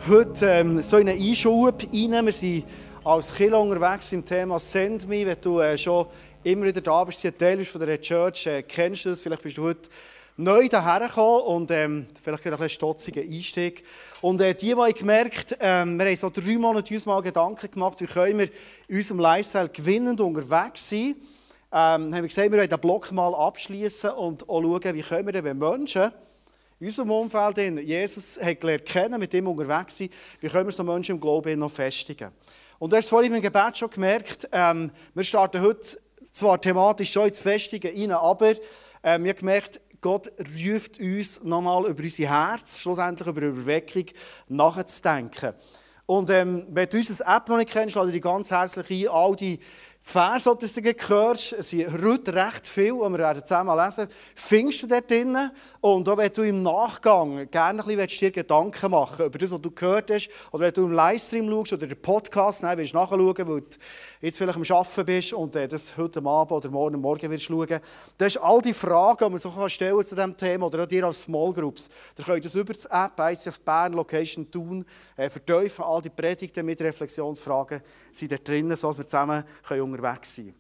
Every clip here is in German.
heute so in einen Einschub rein. Wir sind als Kirche unterwegs im Thema «Send Me». Wenn du schon immer wieder da bist, ein Teil von der Church, kennst du das. Vielleicht bist du heute neu hierher gekommen und vielleicht ein stotziger Einstieg. Und die haben gemerkt, wir haben so 3 Monate uns mal Gedanken gemacht, wie können wir in unserem Lifestyle gewinnend unterwegs sein. Haben wir gesagt, wir wollen den Block mal abschließen und auch schauen, wie können wir denn, wenn Menschen in unserem Umfeld Jesus hat gelernt kennen, mit ihm unterwegs sind, wie können wir so Menschen im Glauben noch festigen. Und du hast vorhin im Gebet schon gemerkt, wir starten heute zwar thematisch schon ins Festigen rein, aber wir haben gemerkt, Gott ruft uns nochmal über unser Herz, schlussendlich über Überweckung, nachzudenken. Und wenn du unsere App noch nicht kennst, lade ich dich ganz herzlich ein, all die Verse, die du hörst, es sind heute recht viel, die wir werden zusammen lesen, findest du dort drin. Und auch wenn du im Nachgang gerne ein bisschen dir Gedanken machen über das, was du gehört hast, oder wenn du im Livestream schaust oder den Podcast willst nachschauen, weil du jetzt vielleicht am Arbeiten bist und das heute Abend oder morgen wirst schauen, dann hast du all die Fragen, die man so stellen zu diesem Thema, oder auch dir als Small Groups. Ihr könnt das über die App ICF Bern, Location Thun, vertiefen. All die Predigten mit Reflexionsfragen sind da drin, sodass wir zusammen unterwegs sein.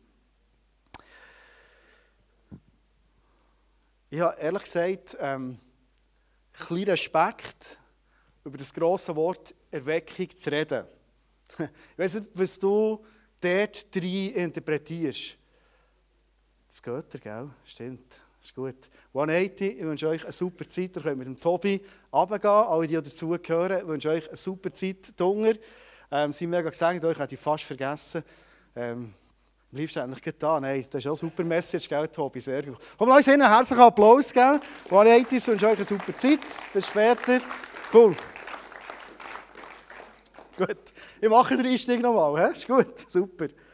Ich habe ehrlich gesagt ein bisschen Respekt, über das grosse Wort Erweckung zu reden. Ich weiss nicht, was du dort rein interpretierst. Das geht dir, gell? Stimmt, ist gut. 180, ich wünsche euch eine super Zeit. Ihr könnt mit dem Tobi runtergehen. Alle, die dazugehören, ich wünsche euch eine super Zeit drunter. Sie mega gesegnet, euch hätte ich fast vergessen. Am liebsten eigentlich da. Nein, das ist auch eine super Message, gell, Tobi? Sehr gut. Komm, lass uns einen herzlichen Applaus geben. 180, ich wünsche euch eine super Zeit. Bis später. Cool. Gut. Ich mache den Einstieg nochmal. Ist gut? Super. Die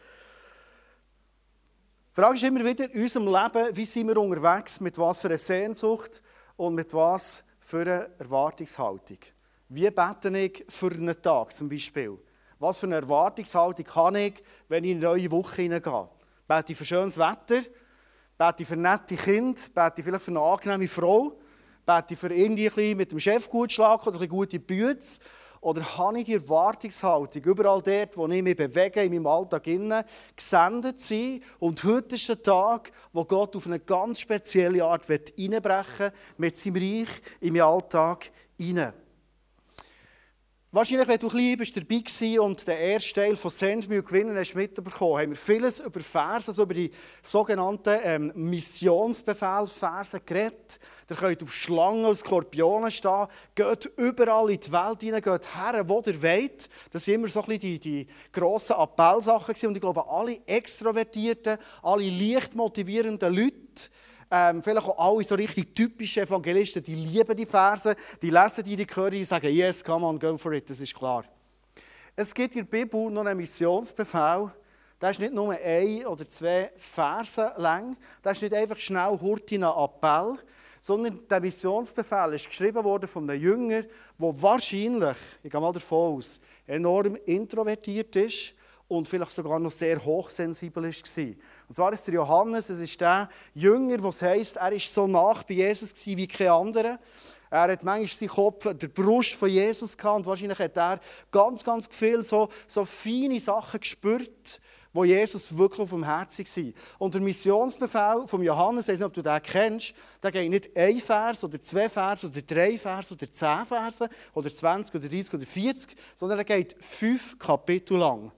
Frage ist immer wieder in unserem Leben, wie sind wir unterwegs, mit was für einer Sehnsucht und mit was für einer Erwartungshaltung. Wie bete ich für einen Tag zum Beispiel? Was für eine Erwartungshaltung habe ich, wenn ich in eine neue Woche hineingehe? Bete ich für schönes Wetter? Bete ich für nette Kinder? Bete ich vielleicht für eine angenehme Frau? Bete ich für irgendwie ein bisschen mit dem Chef gut schlagen oder ein bisschen gute Bütze? Oder habe ich die Erwartungshaltung, überall dort, wo ich mich bewege, in meinem Alltag gesendet zu sein? Und heute ist der Tag, wo Gott auf eine ganz spezielle Art hineinbrechen will, mit seinem Reich in meinen Alltag hinein. Wahrscheinlich, wenn du klein bist, dabei warst und den ersten Teil von «Send Me» und «Gewinnen» hast mitbekommen, haben wir vieles über Verse, also über die sogenannten Missionsbefehlsverse geredet. Ihr könnt auf Schlangen und Skorpionen stehen, geht überall in die Welt hinein, geht her, wo ihr wollt. Das waren immer so ein bisschen die grossen Appellsachen. Und ich glaube, alle extrovertierten, alle leicht motivierenden Leute, vielleicht auch alle so richtig typische Evangelisten, die lieben die Verse, die lesen die hören, die sagen, yes, come on, go for it, das ist klar. Es gibt in der Bibel noch einen Missionsbefehl, der ist nicht nur 1 oder 2 Verse lang, der ist nicht einfach schnell hurtig ein Appell, sondern der Missionsbefehl ist geschrieben worden von einem Jünger, der wahrscheinlich, ich gehe mal davon aus, enorm introvertiert ist, und vielleicht sogar noch sehr hochsensibel war. Und zwar ist der Johannes, es ist der Jünger, was heisst, er war so nah bei Jesus wie kein anderer. Er hat manchmal seinen Kopf an der Brust von Jesus gehabt und wahrscheinlich hat er ganz, ganz viel so feine Sachen gespürt, wo Jesus wirklich auf dem Herzen war. Und der Missionsbefehl von Johannes, ich weiß nicht, ob du den kennst, der geht nicht 1 Vers oder 2 Vers oder 3 Vers oder 10 Verse oder 20 oder 30 oder 40, sondern er geht 5 Kapitel lang.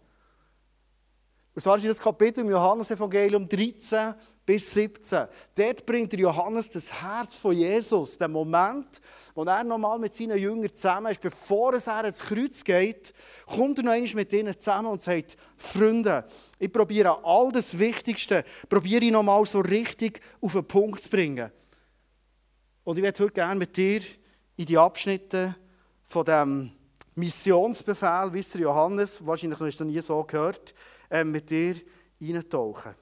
Und zwar ist das Kapitel im Johannesevangelium 13 bis 17. Dort bringt der Johannes das Herz von Jesus, den Moment, wo er nochmal mit seinen Jüngern zusammen ist, bevor er ans Kreuz geht, kommt er noch einmal mit ihnen zusammen und sagt, Freunde, ich probiere all das Wichtigste, probiere ich nochmal so richtig auf den Punkt zu bringen. Und ich möchte heute gerne mit dir in die Abschnitte von dem Missionsbefehl, wie es der Johannes, wahrscheinlich hast du noch nie so gehört, mit dir eintauchen.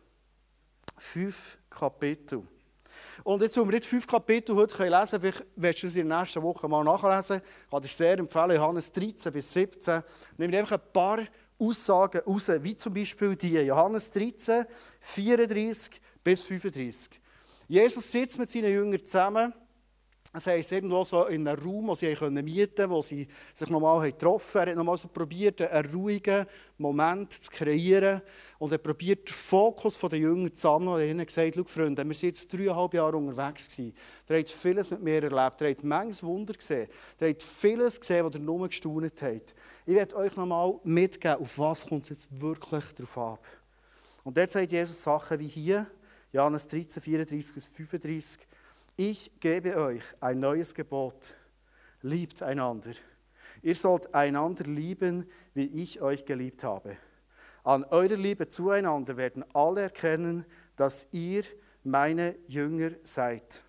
5 Kapitel. Und jetzt, wo wir jetzt 5 Kapitel heute lesen können, vielleicht willst du es in der nächsten Woche mal nachlesen. Ich kann dir sehr empfehlen, Johannes 13 bis 17. Nimm einfach ein paar Aussagen raus, wie zum Beispiel die. Johannes 13, 34 bis 35. Jesus sitzt mit seinen Jüngern zusammen Das heisst, irgendwo so in einem Raum, den sie mieten konnten, wo sie sich nochmal getroffen haben. Er hat nochmal so probiert, einen ruhigen Moment zu kreieren. Und er probiert, den Fokus der Jünger zu sammeln. Und er hat ihnen gesagt, schau Freunde, wir sind jetzt 3,5 Jahre unterwegs gewesen. Ihr habt vieles mit mir erlebt. Ihr habt manches Wunder gesehen. Ihr habt vieles gesehen, was ihr nur gestaunt habt. Ich werde euch nochmal mitgeben, auf was kommt es jetzt wirklich drauf ab. Und dort sagt Jesus Sachen wie hier, Johannes 13, 34 bis 35. Ich gebe euch ein neues Gebot. Liebt einander. Ihr sollt einander lieben, wie ich euch geliebt habe. An eurer Liebe zueinander werden alle erkennen, dass ihr meine Jünger seid.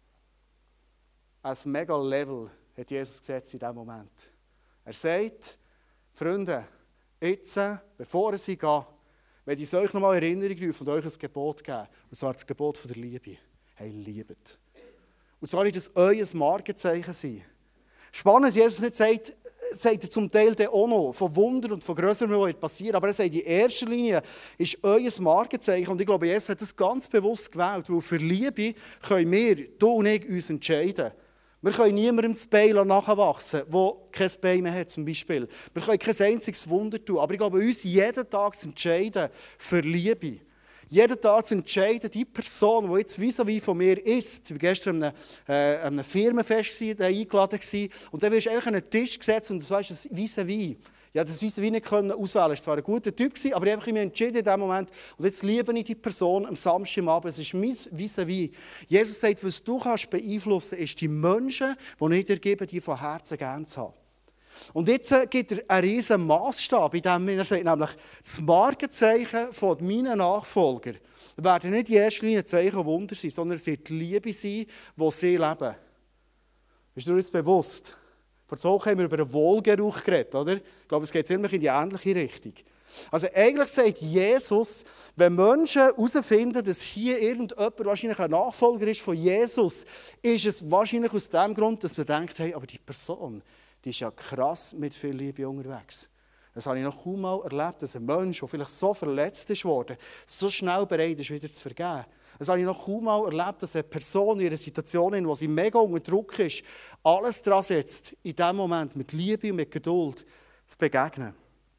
Ein mega Level hat Jesus gesetzt in diesem Moment. Er sagt, Freunde, jetzt, bevor ich gehe, werde ich euch nochmal Erinnerung rufen und euch ein Gebot geben. Und zwar das Gebot der Liebe. Hey, liebet. Und soll das euer Markenzeichen sein? Spannend, dass Jesus nicht sagt er zum Teil auch noch von Wunder und von Größerem, was passiert. Aber er sagt, in erster Linie ist euer Markenzeichen. Und ich glaube, Jesus hat das ganz bewusst gewählt. Weil für Liebe können wir, du und ich, uns entscheiden. Wir können niemandem das Bein nachwachsen, der kein Bein mehr hat, zum Beispiel. Wir können kein einziges Wunder tun. Aber ich glaube, uns jeden Tag zu entscheiden für Liebe. Jeden Tag zu entscheiden, die Person, die jetzt vis-à-vis von mir ist, ich war gestern an einem Firmenfest eingeladen und dann wirst du einfach an einen Tisch gesetzt und du sagst, das vis-à-vis. Ja, das vis-à-vis nicht auswählen können. Es war zwar ein guter Typ, aber ich habe mich entschieden in diesem Moment, und jetzt liebe ich die Person am Samstagabend, es ist mein vis-à-vis. Jesus sagt, was du kannst beeinflussen, ist die Menschen, die ich dir gebe, die von Herzen gerne zu haben. Und jetzt gibt er einen riesen Massstab, in dem er sagt, nämlich das Markenzeichen von meinen Nachfolgern werden nicht in erster Linie Zeichen und Wunder sein, sondern es wird die Liebe sein, die sie leben. Bist du dir jetzt bewusst? Vor 2 Wochen haben wir über einen Wohlgeruch geredet, oder? Ich glaube, es geht ziemlich in die ähnliche Richtung. Also eigentlich sagt Jesus, wenn Menschen herausfinden, dass hier irgendjemand wahrscheinlich ein Nachfolger ist von Jesus, ist es wahrscheinlich aus dem Grund, dass man denkt, hey, aber die Person, die ist ja krass mit viel Liebe unterwegs. Das habe ich noch kaum mal erlebt, dass ein Mensch, der vielleicht so verletzt ist worden, so schnell bereit ist, wieder zu vergeben. Das habe ich noch kaum mal erlebt, dass eine Person in einer Situation, in der sie mega unter Druck ist, alles daran setzt, in diesem Moment mit Liebe und mit Geduld zu begegnen.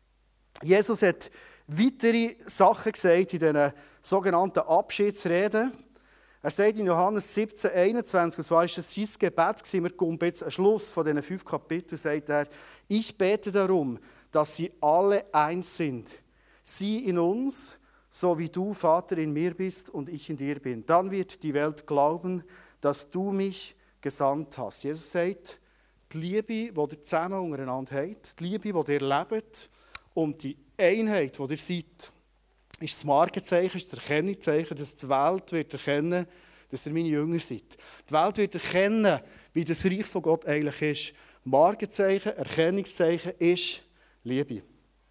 Jesus hat weitere Sachen gesagt in diesen sogenannten Abschiedsreden. Er sagt in Johannes 17, 21, und zwar war das sein Gebet, wir kommen jetzt am Schluss von diesen 5 Kapiteln, sagt er, ich bete darum, dass sie alle eins sind. Sie in uns, so wie du, Vater, in mir bist und ich in dir bin. Dann wird die Welt glauben, dass du mich gesandt hast. Jesus sagt, die Liebe, die ihr zusammen untereinander habt, die Liebe, die ihr lebt und die Einheit, die ihr seid, ist das Markenzeichen, ist das Erkennungszeichen, dass die Welt wird erkennen, dass ihr meine Jünger seid. Die Welt wird erkennen, wie das Reich von Gott eigentlich ist. Markenzeichen, Erkennungszeichen ist Liebe.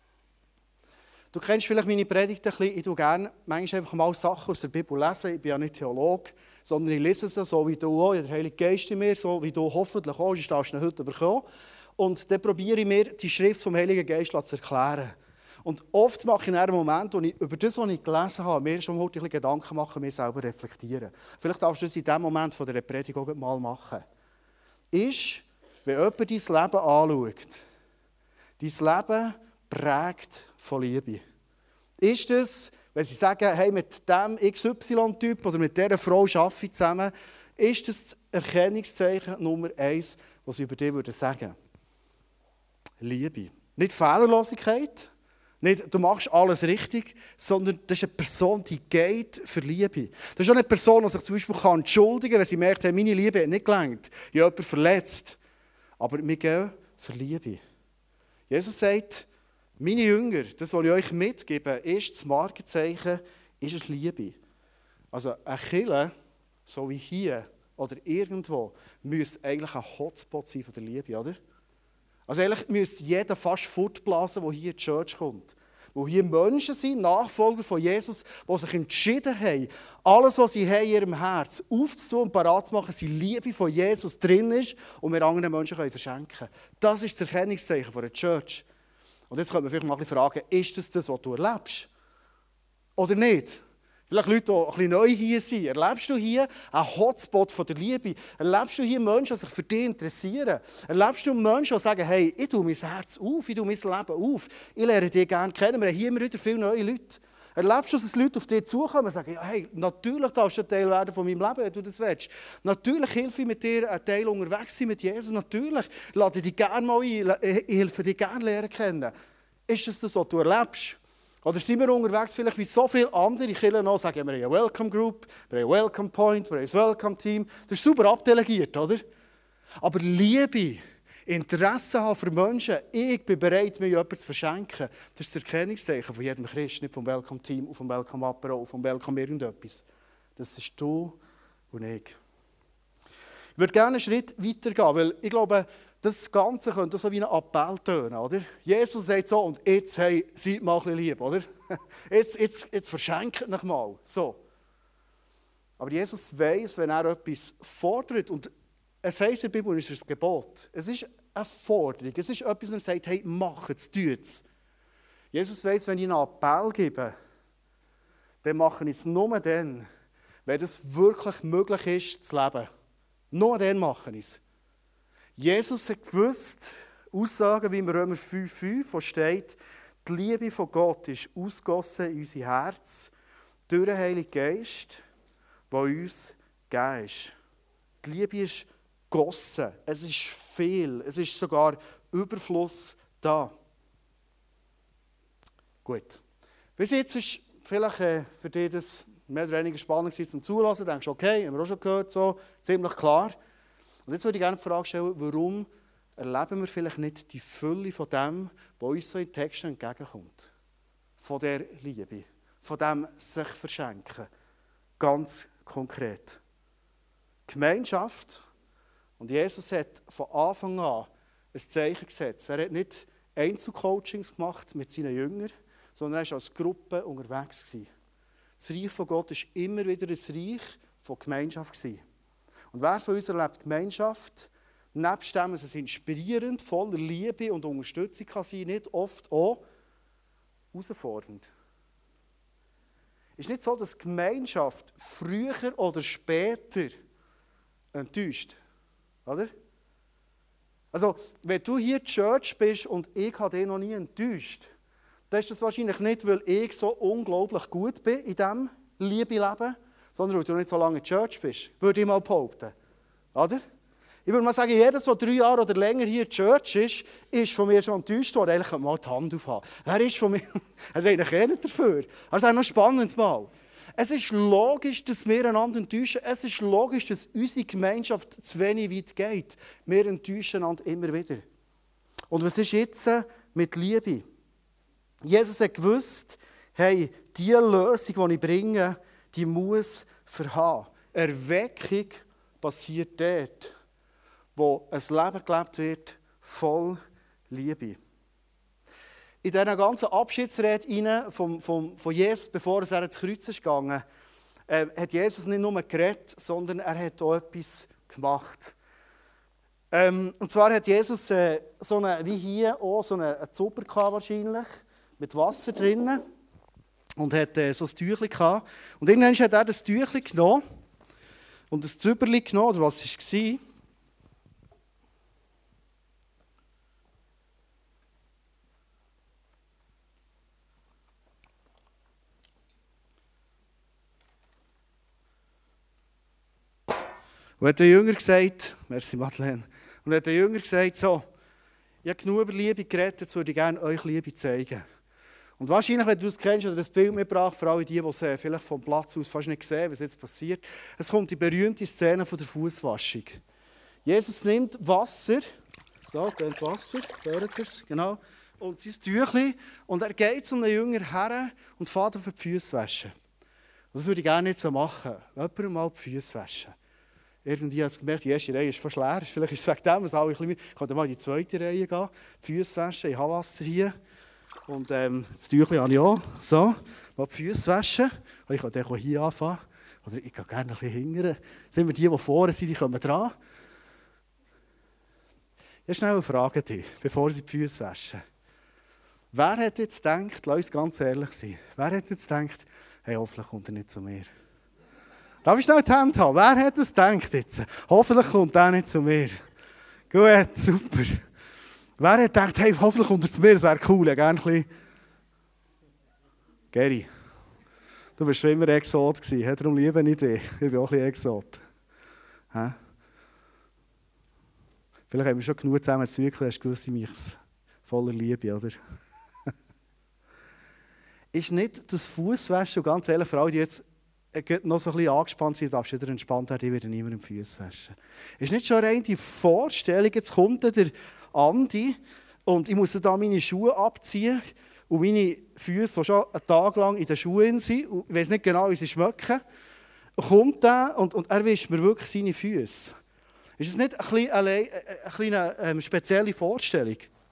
Du kennst vielleicht meine Predigt ein bisschen. Ich tue gerne manchmal einfach mal Sachen aus der Bibel lesen. Ich bin ja nicht Theologe, sondern ich lese sie so wie du auch. Der Heilige Geist in mir, so wie du hoffentlich auch. Du darfst ihn heute bekommen. Und dann probiere ich mir, die Schrift vom Heiligen Geist zu erklären. Und oft mache ich in einem Moment, wo ich über das, was ich gelesen habe, mir schon ein bisschen Gedanken machen, mir selber reflektieren. Vielleicht darfst du das in diesem Moment von der Predigt auch mal machen. Ist, wenn jemand dein Leben anschaut, dein Leben prägt von Liebe. Ist es, wenn sie sagen, hey, mit dem XY-Typ oder mit dieser Frau arbeite ich zusammen, ist das Erkennungszeichen Nummer 1, was sie über dich sagen würden? Liebe. Nicht Fehlerlosigkeit, nicht, du machst alles richtig, sondern das ist eine Person, die geht für Liebe. Das ist auch eine Person, die sich zum Beispiel entschuldigen kann, wenn sie merkt, hey, meine Liebe hat nicht gelangt, ich habe jemanden verletzt. Aber wir gehen für Liebe. Jesus sagt, meine Jünger, das, was ich euch mitgebe, ist das Markenzeichen, ist Liebe. Also eine Kirche, so wie hier oder irgendwo, müsste eigentlich ein Hotspot sein von der Liebe, oder? Also eigentlich müsste jeder fast fortblasen, der hier in die Church kommt. Wo hier Menschen sind, Nachfolger von Jesus, die sich entschieden haben, alles, was sie haben in ihrem Herz aufzutun und parat zu machen, dass die Liebe von Jesus drin ist und wir anderen Menschen verschenken können. Das ist das Erkennungszeichen von der Church. Und jetzt könnte man vielleicht mal fragen, ist das, was du erlebst? Oder nicht? Vielleicht Leute, die ein bisschen neu hier sind. Erlebst du hier einen Hotspot von der Liebe? Erlebst du hier Menschen, die sich für dich interessieren? Erlebst du Menschen, die sagen, hey, ich tue mein Herz auf, ich tue mein Leben auf, ich lerne dich gerne kennen. Wir haben hier immer wieder viele neue Leute. Erlebst du, dass Leute auf dich zukommen und sagen, ja, hey, natürlich darfst du ein Teil werden von meinem Leben, wenn du das willst. Natürlich helfe ich mit dir, ein Teil unterwegs sein mit Jesus. Natürlich lade ich dich gerne mal ein, ich helfe dich gerne lernen kennen. Ist das das, was du erlebst? Oder sind wir unterwegs vielleicht wie so viele andere Kirchen noch, sagen wir haben eine Welcome Group, wir haben einen Welcome Point, wir haben ein Welcome Team. Das ist super abdelegiert, oder? Aber Liebe, Interesse haben für Menschen, ich bin bereit, mir jemanden zu verschenken, das ist das Erkennungszeichen von jedem Christ, nicht vom Welcome Team, vom Welcome Apero, vom Welcome irgendetwas. Das ist du und ich. Ich würde gerne einen Schritt weitergehen, weil ich glaube, das Ganze könnte so wie ein Appell tönen, oder? Jesus sagt so, und jetzt, hey, seid mal ein bisschen lieb, oder? Jetzt verschenkt euch mal, so. Aber Jesus weiss, wenn er etwas fordert, und es heisst in der Bibel, es ist ein Gebot. Es ist eine Forderung, es ist etwas, das er sagt, hey, macht es, tut es. Jesus weiss, wenn ich einen Appell gebe, dann mache ich es nur dann, wenn es wirklich möglich ist, zu leben. Nur dann mache ich es. Jesus hat gewusst, Aussagen wie im Römer 5,5, wo steht, die Liebe von Gott ist ausgossen in unser Herz durch den Heiligen Geist, der uns gegeben ist. Die Liebe ist gegossen, es ist viel, es ist sogar Überfluss da. Gut. Bis jetzt ist vielleicht für dich das mehr oder weniger spannend zum Zulassen. Du denkst, okay, haben wir auch schon gehört, so, ziemlich klar. Und jetzt würde ich gerne die Frage stellen, warum erleben wir vielleicht nicht die Fülle von dem, was uns so in Texten entgegenkommt? Von der Liebe, von dem sich verschenken. Ganz konkret. Gemeinschaft. Und Jesus hat von Anfang an ein Zeichen gesetzt. Er hat nicht Einzelcoachings gemacht mit seinen Jüngern, sondern er war als Gruppe unterwegs. Das Reich von Gott war immer wieder ein Reich von Gemeinschaft. Und wer von uns erlebt Gemeinschaft, nebst dem, dass es inspirierend, voller Liebe und Unterstützung kann sein, nicht oft auch herausfordernd. Es ist nicht so, dass Gemeinschaft früher oder später enttäuscht. Oder? Also, wenn du hier in der Church bist und ich habe dich noch nie enttäuscht, dann ist das wahrscheinlich nicht, weil ich so unglaublich gut bin in diesem Liebe-Leben, sondern weil du nicht so lange in der Church bist, würde ich mal behaupten. Oder? Ich würde mal sagen, jeder, der 3 Jahre oder länger hier in der Church ist von mir schon enttäuscht worden. Eigentlich könnte man mal die Hand aufhaben. Er ist von mir, er redet eh nicht dafür. Also auch noch spannend mal. Es ist logisch, dass wir einander enttäuschen. Es ist logisch, dass unsere Gemeinschaft zu wenig weit geht. Wir enttäuschen einander immer wieder. Und was ist jetzt mit Liebe? Jesus hat gewusst, hey, die Lösung, die ich bringe, die muss verharren. Erweckung passiert dort, wo ein Leben gelebt wird, voll Liebe. In dieser ganzen Abschiedsrede von Jesus, bevor er ins Kreuz ist gegangen, hat Jesus nicht nur geredet, sondern er hat auch etwas gemacht. Und zwar hat Jesus so eine, wie hier auch, so eine Zuppe gehabt wahrscheinlich, mit Wasser drinnen. Und hat so ein Tüchlein gehabt. Und irgendwann hat er das Tüchlein genommen und das Züberli genommen, oder was war es? Und hat der Jünger gesagt, merci Madeleine, und hat der Jünger gesagt, so, ich habe genug über Liebe geredet, jetzt würde ich gerne euch Liebe zeigen. Und wahrscheinlich, wenn du das kennst oder das Bild mitgebracht, vor allem die es vielleicht vom Platz aus fast nicht sehen, was jetzt passiert, es kommt die berühmte Szene von der Fußwaschung. Jesus nimmt Wasser, so, da nimmt Wasser, hört ihr es, genau, und sein Tüchlein, und er geht zu einem Jünger her und fährt auf die Füße waschen. Das würde ich gerne nicht so machen, jemandem mal die Füße waschen. Irgendwie habe ich gemerkt, die erste Reihe ist fast leer. Vielleicht ist es wegen dem, dass alle ein bisschen mit. Ich konnte mal in die zweite Reihe gehen, die Füße waschen, ich habe Wasser hier. Und das Tüchlein habe ich auch. So, mal die Füße waschen. Und ich kann dann hier anfangen. Oder ich gehe gerne ein bisschen hingern. Sind wir die vorne sind, die kommen dran. Ich habe schnell eine Frage an dich, bevor sie die Füße waschen. Wer hat jetzt gedacht, lass uns ganz ehrlich sein, wer hat jetzt gedacht, hey, hoffentlich kommt er nicht zu mir. Darf ich schnell die Hand haben? Wer hat das gedacht jetzt? Hoffentlich kommt er nicht zu mir. Gut, super. Wer hat gedacht, hey, hoffentlich kommt er zu mir, das wäre cool, gerne ein bisschen. Geri, du warst schon immer Exot gewesen, darum liebe ich dich. Ich bin auch ein bisschen Exot. Hä? Vielleicht haben wir schon genug zusammen gezwickelt, hast du gewusst, ich mich voller Liebe, oder? Ist nicht das Fußwaschen, und ganz ehrlich, für alle, die jetzt noch so ein bisschen angespannt sind, darfst du wieder entspannt werden, ich werde niemandem Füße waschen. Ist nicht schon rein die Vorstellung, jetzt kommt der Andi und ich muss da meine Schuhe abziehen und meine Füße, die schon einen Tag lang in den Schuhen sind, und ich weiß nicht genau, wie sie schmecken, kommt der und er wischt mir wirklich seine Füße. Ist das nicht eine kleine spezielle Vorstellung?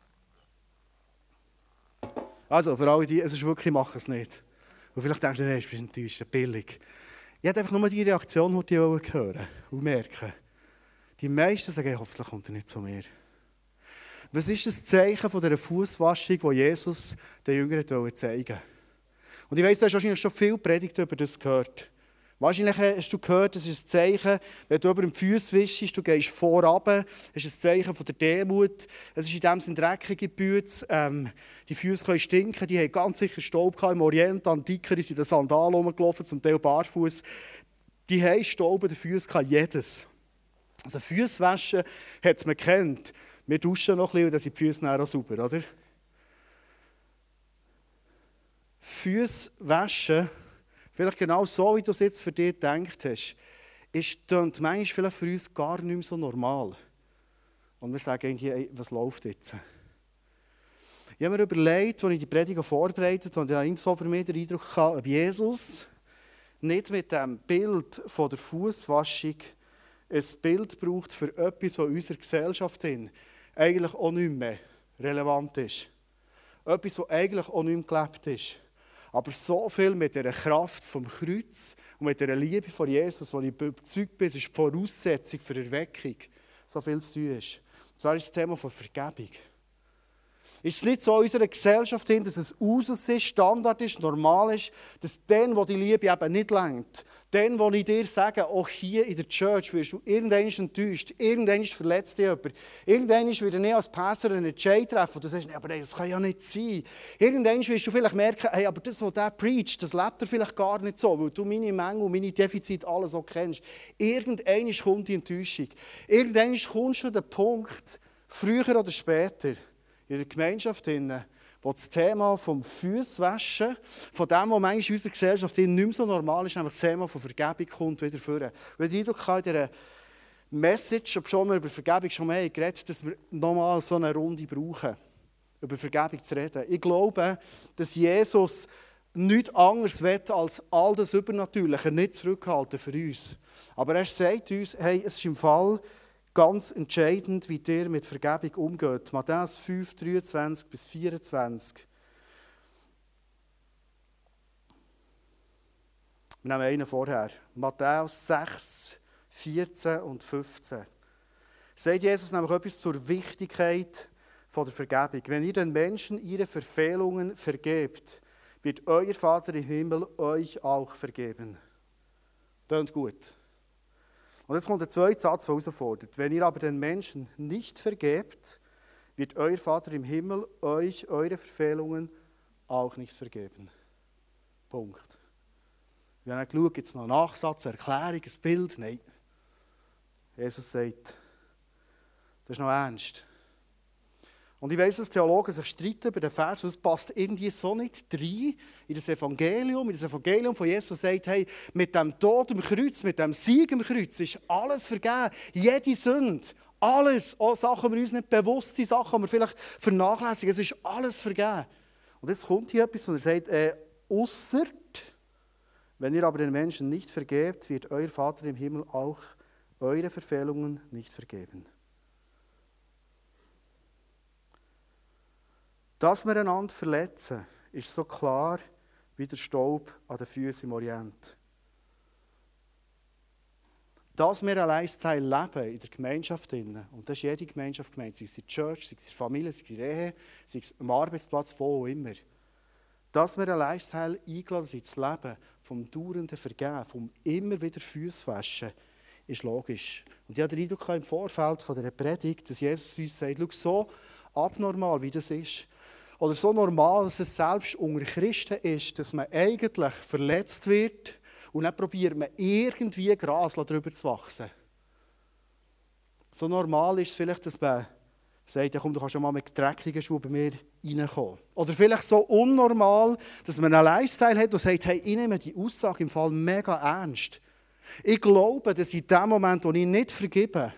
Also, für alle die, es ist wirklich, ich mache es nicht. Und vielleicht denkst du, nein, du bist enttäuscht, billig. Ich hätte einfach nur die Reaktion, die ich hören und merken. Die meisten sagen, hey, hoffentlich kommt er nicht zu mir. Was ist das Zeichen von dieser Fußwaschung, die Jesus den Jüngern zeigen wollte? Und ich weiss, du hast wahrscheinlich schon viel Predigt über das gehört. Wahrscheinlich hast du gehört, es ist ein Zeichen, wenn du über die Füße wischst, du gehst vorab, es ist ein Zeichen von der Demut. Es ist in dem Sinne dreckige Büte. Die Füße können stinken, die haben ganz sicher Staub gehabt. Im Orient, Antiker, die sind in den Sandalen rumgelaufen, zum Teil barfuß. Die haben Staub an den Füßen gehabt, jedes. Also Füße waschen hat man gekannt. Wir duschen noch ein bisschen und dann sind die Füße dann auch sauber, oder? Füße waschen, vielleicht genau so, wie du es jetzt für dich gedacht hast, ist manchmal vielleicht für uns gar nicht mehr so normal. Und wir sagen irgendwie, ey, was läuft jetzt? Ich habe mir überlegt, als ich die Predigt vorbereitet habe, und ich so für mich den Eindruck hatte, ob Jesus nicht mit dem Bild von der Fußwaschung ein Bild braucht für etwas, was in unserer Gesellschaft eigentlich auch nicht mehr relevant ist. Etwas, was eigentlich auch nicht mehr gelebt ist. Aber so viel mit der Kraft vom Kreuz und mit der Liebe von Jesus, wo ich überzeugt bin, ist die Voraussetzung für Erweckung, so viel zu tun ist. Und zwar ist das Thema von Vergebung. Ist es nicht so in unserer Gesellschaft, dass es Usus ist, Standard ist, normal ist, dass dann, wo die Liebe eben nicht reicht, dann, wo ich dir sage, auch hier in der Church wirst du irgendwann enttäuscht, irgendwann verletzt dich jemand, irgendwann wird ich als Pastor einen Entscheid treffen und du sagst, nee, aber das kann ja nicht sein. Irgendwann wirst du vielleicht merken, hey, aber das, was der preacht, das lebt er vielleicht gar nicht so, weil du meine Mängel und meine Defizite alles so kennst. Irgendwann kommt die Enttäuschung. Irgendwann kommst du an den Punkt, früher oder später, in der Gemeinschaft, wo das Thema vom Füßwaschen, von dem, was manchmal in unserer Gesellschaft nicht mehr so normal ist, nämlich das Thema von Vergebung kommt wieder vor. Weil ich Eindruck habe, in dieser Message, ob schon wir über Vergebung schon mehr geredet, dass wir nochmal so eine Runde brauchen, über Vergebung zu reden. Ich glaube, dass Jesus nichts anderes will, als all das Übernatürliche nicht zurückhalten für uns. Aber er sagt uns, hey, es ist im Fall ganz entscheidend, wie ihr mit Vergebung umgeht. Matthäus 5, 23 bis 24. Wir nehmen einen vorher. Matthäus 6, 14 und 15. Sagt Jesus nämlich etwas zur Wichtigkeit der Vergebung. Wenn ihr den Menschen ihre Verfehlungen vergebt, wird euer Vater im Himmel euch auch vergeben. Tönt gut. Und jetzt kommt der zweite Satz, der herausfordert. Wenn ihr aber den Menschen nicht vergebt, wird euer Vater im Himmel euch eure Verfehlungen auch nicht vergeben. Punkt. Wir haben geschaut, gibt es noch einen Nachsatz, eine Erklärung, ein Bild? Nein. Jesus sagt, das ist noch ernst. Und ich weiss, dass Theologen sich streiten über den Vers, weil es passt irgendwie so nicht rein in das Evangelium von Jesus, der sagt, hey, mit dem Tod am Kreuz, mit dem Sieg am Kreuz ist alles vergeben. Jede Sünde, alles, auch Sachen, die uns nicht bewusst sind, Sachen, die wir vielleicht vernachlässigen, es ist alles vergeben. Und jetzt kommt hier etwas, und er sagt, ausser, wenn ihr aber den Menschen nicht vergebt, wird euer Vater im Himmel auch eure Verfehlungen nicht vergeben. Dass wir einander verletzen, ist so klar wie der Staub an den Füßen im Orient. Dass wir ein Lifestyle leben in der Gemeinschaft, und das ist jede Gemeinschaft gemeint, sei es in der Church, sei es in der Familie, sei es in der Ehe, sei es am Arbeitsplatz, wo auch immer. dass wir einen Lifestyle eingeladen sind, das Leben vom dauernden Vergeben, vom immer wieder Füße waschen, ist logisch. Und ich hatte den Eindruck im Vorfeld von dieser Predigt, dass Jesus uns sagt, schau, so abnormal wie das ist, oder so normal, dass es selbst unter Christen ist, dass man eigentlich verletzt wird und dann probiert man irgendwie Gras darüber zu wachsen. So normal ist es vielleicht, dass man sagt, ja, komm, du kannst schon mal mit dreckigen Schuhen bei mir reinkommen. Oder vielleicht so unnormal, dass man einen Lifestyle hat und sagt, hey, ich nehme die Aussage im Fall mega ernst. Ich glaube, dass in dem Moment, wo ich nicht vergebe,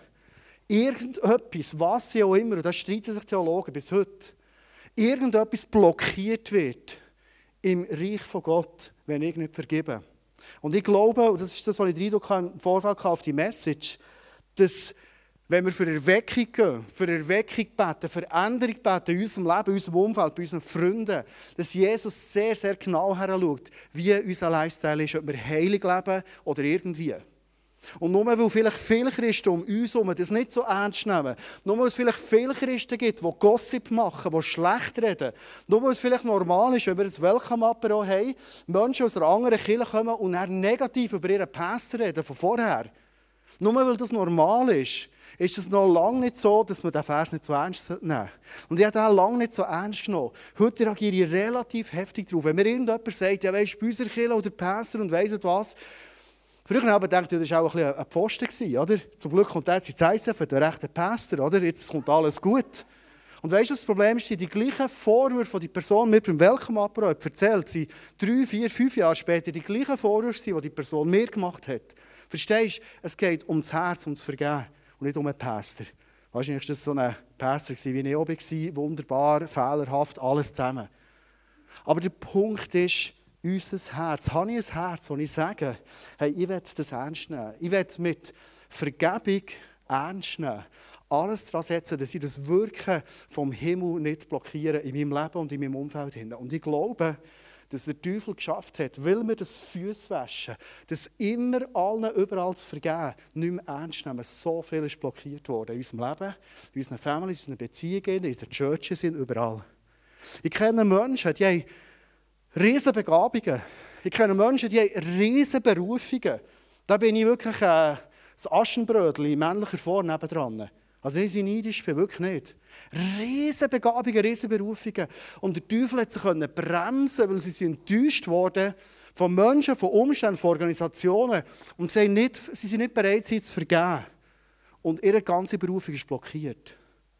irgendetwas, was sie auch immer, und da streiten sich Theologen bis heute, irgendetwas blockiert wird im Reich von Gott, wenn ich nicht vergebe. Und ich glaube, und das ist das, was ich den Eindruck hatte, im Vorfeld auf die Message, dass wenn wir für Erweckung gehen, für Erweckung beten, für Veränderung beten in unserem Leben, in unserem Umfeld, bei unseren Freunden, dass Jesus sehr, sehr genau heranschaut, wie unser Lifestyle ist, ob wir heilig leben oder irgendwie. Und nur weil vielleicht viele Christen um uns herum das nicht so ernst nehmen, nur weil es vielleicht viele Christen gibt, die Gossip machen, die schlecht reden, nur weil es vielleicht normal ist, wenn wir ein Welcome-Apero haben, Menschen aus einer anderen Kirche kommen und dann negativ über ihren Pastor reden von vorher. Nur weil das normal ist es noch lange nicht so, dass man diesen Vers nicht so ernst nehmen sollte. Und ich habe den lange nicht so ernst genommen. Heute reagiere ich relativ heftig darauf. Wenn mir irgendjemand sagt, ja, weisst du, bei unserer Kirche oder Pastor und weiss nicht was. Früher habe ich gedacht, das war auch ein Pfosten, oder? Zum Glück kommt jetzt ins ICF, der rechte Pastor, oder? Jetzt kommt alles gut. Und weißt du, das Problem ist, die gleichen Vorwürfe, die die Person mir beim Welcome-Apero erzählt, sind 3, 4, 5 Jahre später die gleichen Vorwürfe, die die Person mir gemacht hat. Verstehst du? Es geht um das Herz, um das Vergeben und nicht um einen Pastor. Wahrscheinlich war das so ein Pastor, wie ich auch war, wunderbar, fehlerhaft, alles zusammen. Aber der Punkt ist, unser Herz. Habe ich ein Herz, wo ich sage, hey, ich will das ernst nehmen. Ich will mit Vergebung ernst nehmen. Alles daran setzen, dass ich das Wirken vom Himmel nicht blockiere in meinem Leben und in meinem Umfeld. Und ich glaube, dass der Teufel geschafft hat, weil wir das Füße waschen, das immer allen überall zu vergeben, nicht mehr ernst nehmen. So viel ist blockiert worden in unserem Leben, in unseren Familien, in unseren Beziehungen, in den Churches, überall. Ich kenne Menschen, die haben riesen Begabungen. Ich kenne Menschen, die haben riesen Berufungen. Da bin ich wirklich das Aschenbrödel in männlicher Form nebendran. Also ich bin neidisch, bin wirklich nicht. Riesen Begabungen, riesen Berufungen. Und der Teufel hat sich bremsen, weil sie sind enttäuscht worden von Menschen, von Umständen, von Organisationen. Und sie sind nicht bereit, sie zu vergeben. Und ihre ganze Berufung ist blockiert.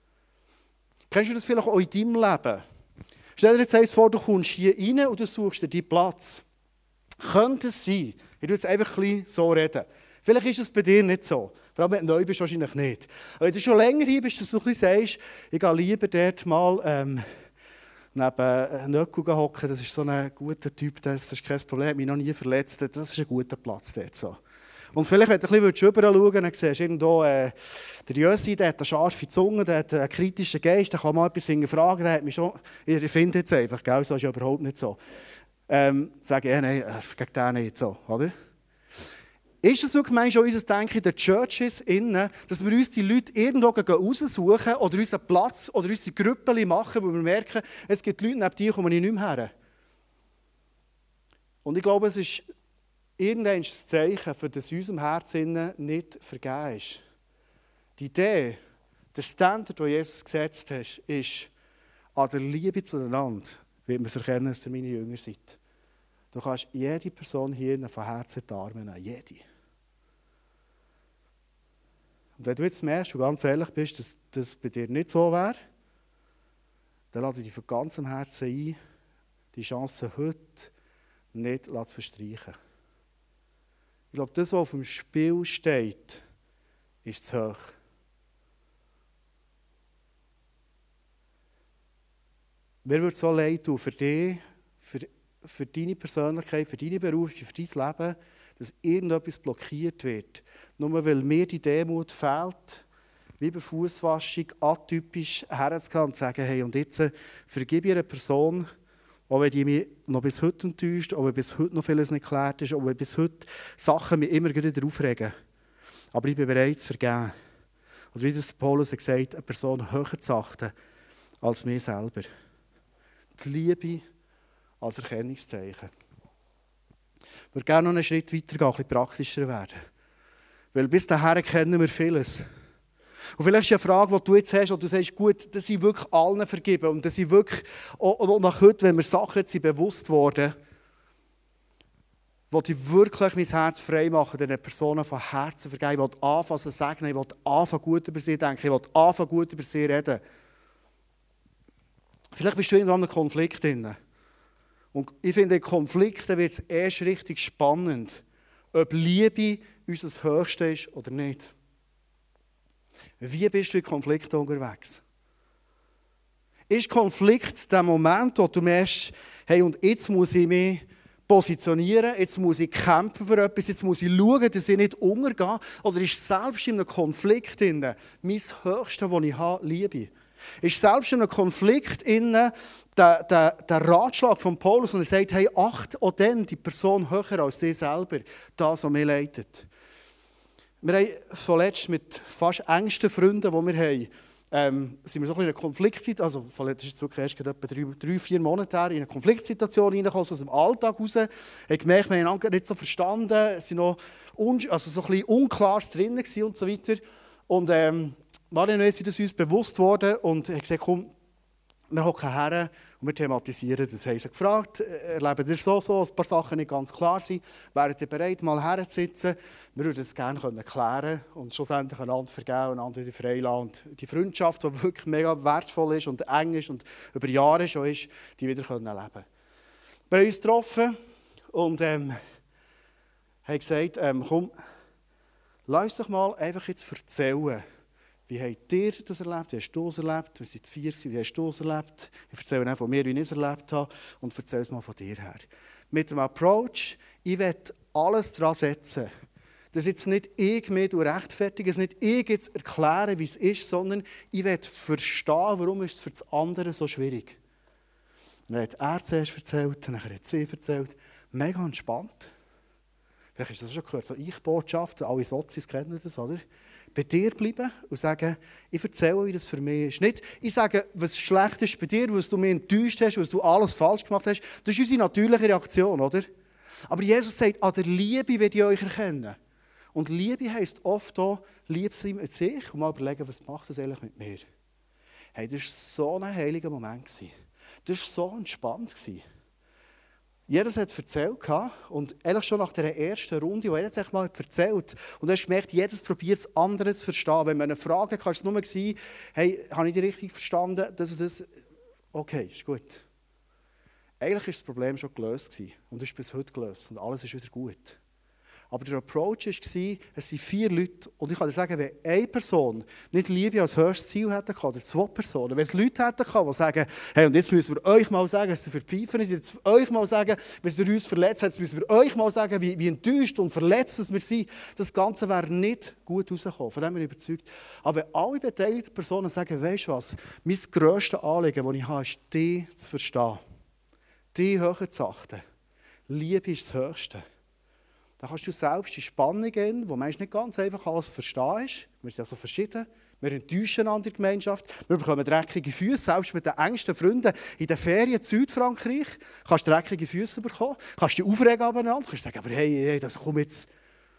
Kennst du das vielleicht auch in deinem Leben? Stell dir jetzt vor, du kommst hier rein und du suchst dir deinen Platz. Könnte es sein, ich tue jetzt einfach ein bisschen so reden. Vielleicht ist es bei dir nicht so. Vor allem, wenn du neu bist, wahrscheinlich nicht. Aber wenn du schon länger hier bist, dass du ein bisschen sagst, ich gehe lieber dort mal neben Nöckel hocken. Das ist so ein guter Typ, das ist kein Problem, mich noch nie verletzt. Das ist ein guter Platz dort so. Und vielleicht, wenn du ein bisschen rüber schauen willst, dann siehst du irgendwo der Jössi, der hat eine scharfe Zunge, der hat einen kritischen Geist, der kann mal etwas hinterfragen, der hat mich schon, ich finde jetzt einfach, gell, das ist ja überhaupt nicht so. Sagen, ja, nein, gegen den nicht so, oder? Ist das wirklich manchmal unser Denken in den Churches, dass wir uns die Leute irgendwo raussuchen oder unseren Platz oder unsere Grüppchen machen, wo wir merken, es gibt Leute, neben die kommen nicht mehr her. Und ich glaube, es ist irgendein ein Zeichen, für das in unserem Herzen nicht vergeben ist. Die Idee, der Standard, den Jesus gesetzt hat, ist, an der Liebe zueinander wird man es erkennen, dass ihr meine Jünger seid. Du kannst jede Person hier von Herzen in die Arme nehmen. Jede. Und wenn du jetzt merkst und ganz ehrlich bist, dass das bei dir nicht so wäre, dann lade ich dich von ganzem Herzen ein, die Chance heute nicht zu verstreichen. Ich glaube, das, was auf dem Spiel steht, ist zu hoch. Mir würde es so leid tun für dich, für deine Persönlichkeit, für deine Berufung, für dein Leben, dass irgendetwas blockiert wird. Nur weil mir die Demut fehlt, wie bei Fußwaschung, atypisch herzugehen und zu sagen, hey, und jetzt vergib ich einer Person, auch wenn die mich noch bis heute enttäuscht, auch wenn bis heute noch vieles nicht geklärt ist, auch wenn bis heute Sachen mich immer wieder aufregen. Aber ich bin bereit zu vergeben. Und wie das Paulus hat gesagt, eine Person höher zu achten als mir selber. Die Liebe als Erkennungszeichen. Ich würde gerne noch einen Schritt weitergehen, ein bisschen praktischer werden. Weil bis dahin kennen wir vieles. Und vielleicht ist eine Frage, die du jetzt hast, wo du sagst, gut, dass ich wirklich allen vergeben und dass ich wirklich, auch nach heute, wenn mir Sachen jetzt bewusst worden, will ich wirklich mein Herz frei machen, diesen Personen von Herzen vergeben. Ich will anfangen zu segnen, ich will anfangen gut über sie denken, ich will anfangen gut über sie reden. Vielleicht bist du in einem Konflikt drin. Und ich finde, in Konflikten wird es erst richtig spannend, ob Liebe unser Höchstes ist oder nicht. Wie bist du in Konflikten unterwegs? Ist Konflikt der Moment, wo du merkst, hey, und jetzt muss ich mich positionieren, jetzt muss ich kämpfen für etwas, jetzt muss ich schauen, dass ich nicht untergehe? Oder ist selbst in einem Konflikt mein Höchstes, das ich habe, Liebe? Ist selbst in einem Konflikt der Ratschlag von Paulus, und er sagt, hey, achte auch dann die Person höher als dich selber, das, was mich leitet. Wir haben vorletzt mit fast engsten Freunden, die wir haben, sind wir so ein bisschen in eine Konfliktsituation, also vorletzt ist jetzt wirklich erst etwa 3-4 Monate her, in eine Konfliktsituation reingekommen, aus dem Alltag raus. Ich habe gemerkt, wir haben einander nicht so verstanden, es war noch so ein bisschen Unklares drin und so weiter. Und Marian ist uns bewusst worden und hat gesagt, komm, wir hocken her und wir thematisieren das. Sie haben sie gefragt, erleben ihr so, ein paar Sachen nicht ganz klar sind, wären ihr bereit, mal herzusitzen? Wir würden es gerne klären und schlussendlich einander vergeben und einander wieder freilassen. Und die Freundschaft, die wirklich mega wertvoll ist und eng ist und über Jahre schon ist, die wieder leben können. Wir haben uns getroffen und haben gesagt, komm, lass uns doch mal einfach jetzt erzählen. Wie habt ihr das erlebt? Wie hast du es erlebt? Wir waren zu 4. Wie hast du es erlebt? Ich erzähle auch von mir, wie ich es erlebt habe. Und erzähle es mal von dir her. Mit dem Approach, ich will alles daran setzen, dass jetzt nicht ich mich rechtfertige, dass nicht ich jetzt erkläre, wie es ist, sondern ich will verstehen, warum ist es für das andere so schwierig. Und dann hat er zuerst erzählt, dann hat sie erzählt. Mega entspannt. Vielleicht hast du das schon gehört, so Ich-Botschaft, alle Sozis kennen das, oder? Bei dir bleiben und sagen, ich erzähle, wie das für mich ist. Nicht, ich sage, was schlecht ist bei dir, was du mich enttäuscht hast, was du alles falsch gemacht hast. Das ist unsere natürliche Reaktion, oder? Aber Jesus sagt, an der Liebe will ich euch erkennen. Und Liebe heisst oft auch, lieb sein mit sich und mal überlegen, was macht das eigentlich mit mir. Hey, das war so ein heiliger Moment. Das war so entspannt. Jeder hat erzählt und eigentlich schon nach der ersten Runde, wo jeder sich mal erzählt und du hast gemerkt, jedes probiert das andere zu verstehen. Wenn man eine Frage hatte, war es nur, hey, habe ich dich richtig verstanden? Das, okay, ist gut. Eigentlich war das Problem schon gelöst und es ist bis heute gelöst und alles ist wieder gut. Aber der Approach war, es sind 4 Leute. Und ich kann dir sagen, wenn eine Person nicht Liebe als höchstes Ziel hätte, oder 2 Personen, wenn es Leute hätten, die sagen, hey, und jetzt müssen wir euch mal sagen, was ihr für Pfeifen ist, jetzt euch mal sagen, was ihr uns verletzt habt, jetzt müssen wir euch mal sagen, wie enttäuscht und verletzt wir sind, das Ganze wäre nicht gut rausgekommen. Von dem bin ich überzeugt. Aber wenn alle beteiligten Personen sagen, weisst du was, mein grösstes Anliegen, das ich habe, ist, dich zu verstehen, dich höher zu achten. Liebe ist das Höchste. Da kannst du selbst die Spannung gehen, die manchmal nicht ganz einfach alles zu verstehen ist. Wir sind ja so verschieden. Wir enttäuschen an der Gemeinschaft. Wir bekommen dreckige Füße. Selbst mit den engsten Freunden in den Ferien in Südfrankreich kannst du dreckige Füße bekommen. Kannst dich aufregen abeinander. Kannst sagen, aber hey, das kommt jetzt.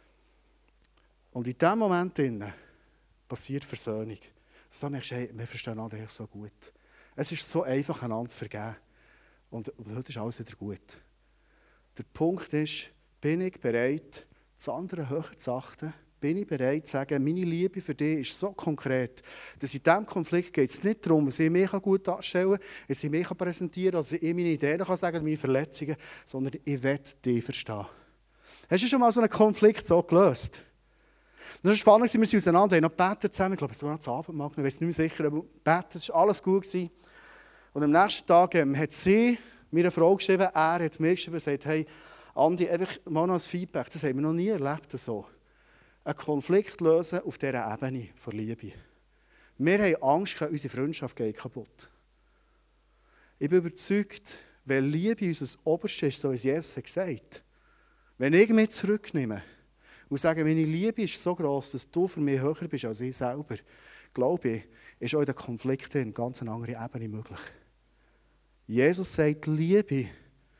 Und in diesem Moment passiert Versöhnung. Also dann merkst du, hey, wir verstehen einander so gut. Es ist so einfach, einander zu vergeben. Und heute ist alles wieder gut. Der Punkt ist, bin ich bereit, das andere höher zu achten? Bin ich bereit zu sagen, meine Liebe für dich ist so konkret, dass in diesem Konflikt geht es nicht darum, dass ich mich gut darstellen kann, dass ich mich präsentieren kann, dass ich meine Ideen kann sagen, meine Verletzungen, sondern ich will dich verstehen. Hast du schon mal so einen Konflikt so gelöst? Das war spannend, wir sind auseinander, haben noch gebetet zusammen, ich glaube, es war noch das Abendmahl, ich weiß nicht mehr sicher, aber gebetet, es war alles gut. Und am nächsten Tag hat sie mir eine Frau geschrieben, er hat mir geschrieben und gesagt, hey, Andi, einfach mal noch ein Feedback, das haben wir noch nie erlebt. So. Einen Konflikt lösen auf dieser Ebene von Liebe. Wir haben Angst, unsere Freundschaft geht kaputt. Ich bin überzeugt, wenn Liebe unser Oberstes ist, so wie Jesus gesagt hat, wenn ich mich zurücknehme und sage, meine Liebe ist so gross, dass du für mich höher bist als ich selber, glaube ich, ist auch in den Konflikten eine ganz andere Ebene möglich. Jesus sagt, Liebe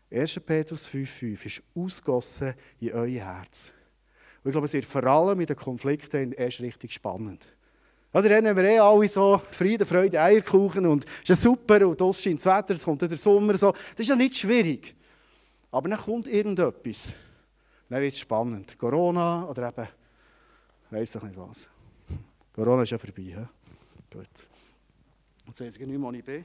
1. Petrus 5,5 ist ausgegossen in euer Herz. Und ich glaube, es wird vor allem mit den Konflikten erst richtig spannend. Ja, dann haben wir alle so Friede, Freude, Eierkuchen und es ist ja super und draussen scheint das Wetter, es kommt wieder der Sommer. So. Das ist ja nicht schwierig. Aber dann kommt irgendetwas. Dann wird es spannend. Corona oder eben, ich weiss doch nicht was. Corona ist ja vorbei. He? Gut. Jetzt weiss ich nicht mehr, wo ich bin.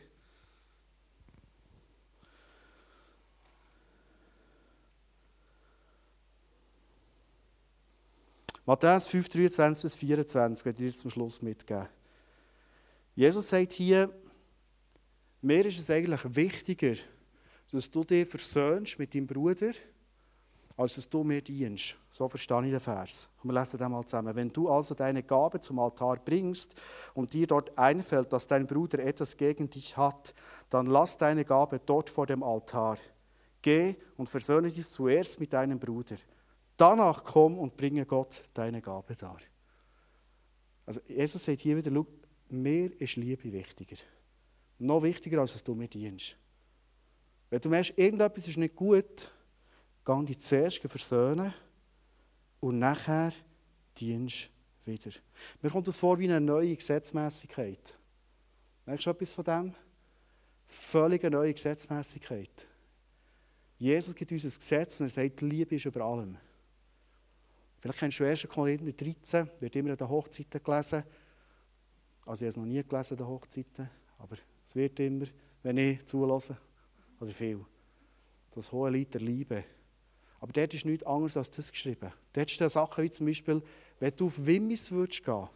Matthäus 5, 23 bis 24 werde ich dir zum Schluss mitgeben. Jesus sagt hier, mir ist es eigentlich wichtiger, dass du dich versöhnst mit deinem Bruder, als dass du mir dienst. So verstehe ich den Vers. Und wir lesen den mal zusammen. Wenn du also deine Gabe zum Altar bringst und dir dort einfällt, dass dein Bruder etwas gegen dich hat, dann lass deine Gabe dort vor dem Altar. Geh und versöhne dich zuerst mit deinem Bruder. Danach komm und bringe Gott deine Gabe dar. Also Jesus sagt hier wieder, schau, mir ist Liebe wichtiger. Noch wichtiger, als dass du mir dienst. Wenn du merkst, irgendetwas ist nicht gut, geh dich zuerst versöhnen und nachher dienst wieder. Mir kommt das vor wie eine neue Gesetzmäßigkeit. Merkst du etwas von dem? Völlig eine neue Gesetzmäßigkeit. Jesus gibt uns ein Gesetz und er sagt, Liebe ist über allem. Vielleicht kennst du 1. Korinther 13, wird immer an den Hochzeiten gelesen. Also ich habe es noch nie gelesen an den Hochzeiten, aber es wird immer, wenn ich zulasse, oder viel. Das hohe Lied der Liebe. Aber dort ist nichts anderes als das geschrieben. Dort stehen Sachen wie zum Beispiel, wenn du auf Wimmis würdest gehen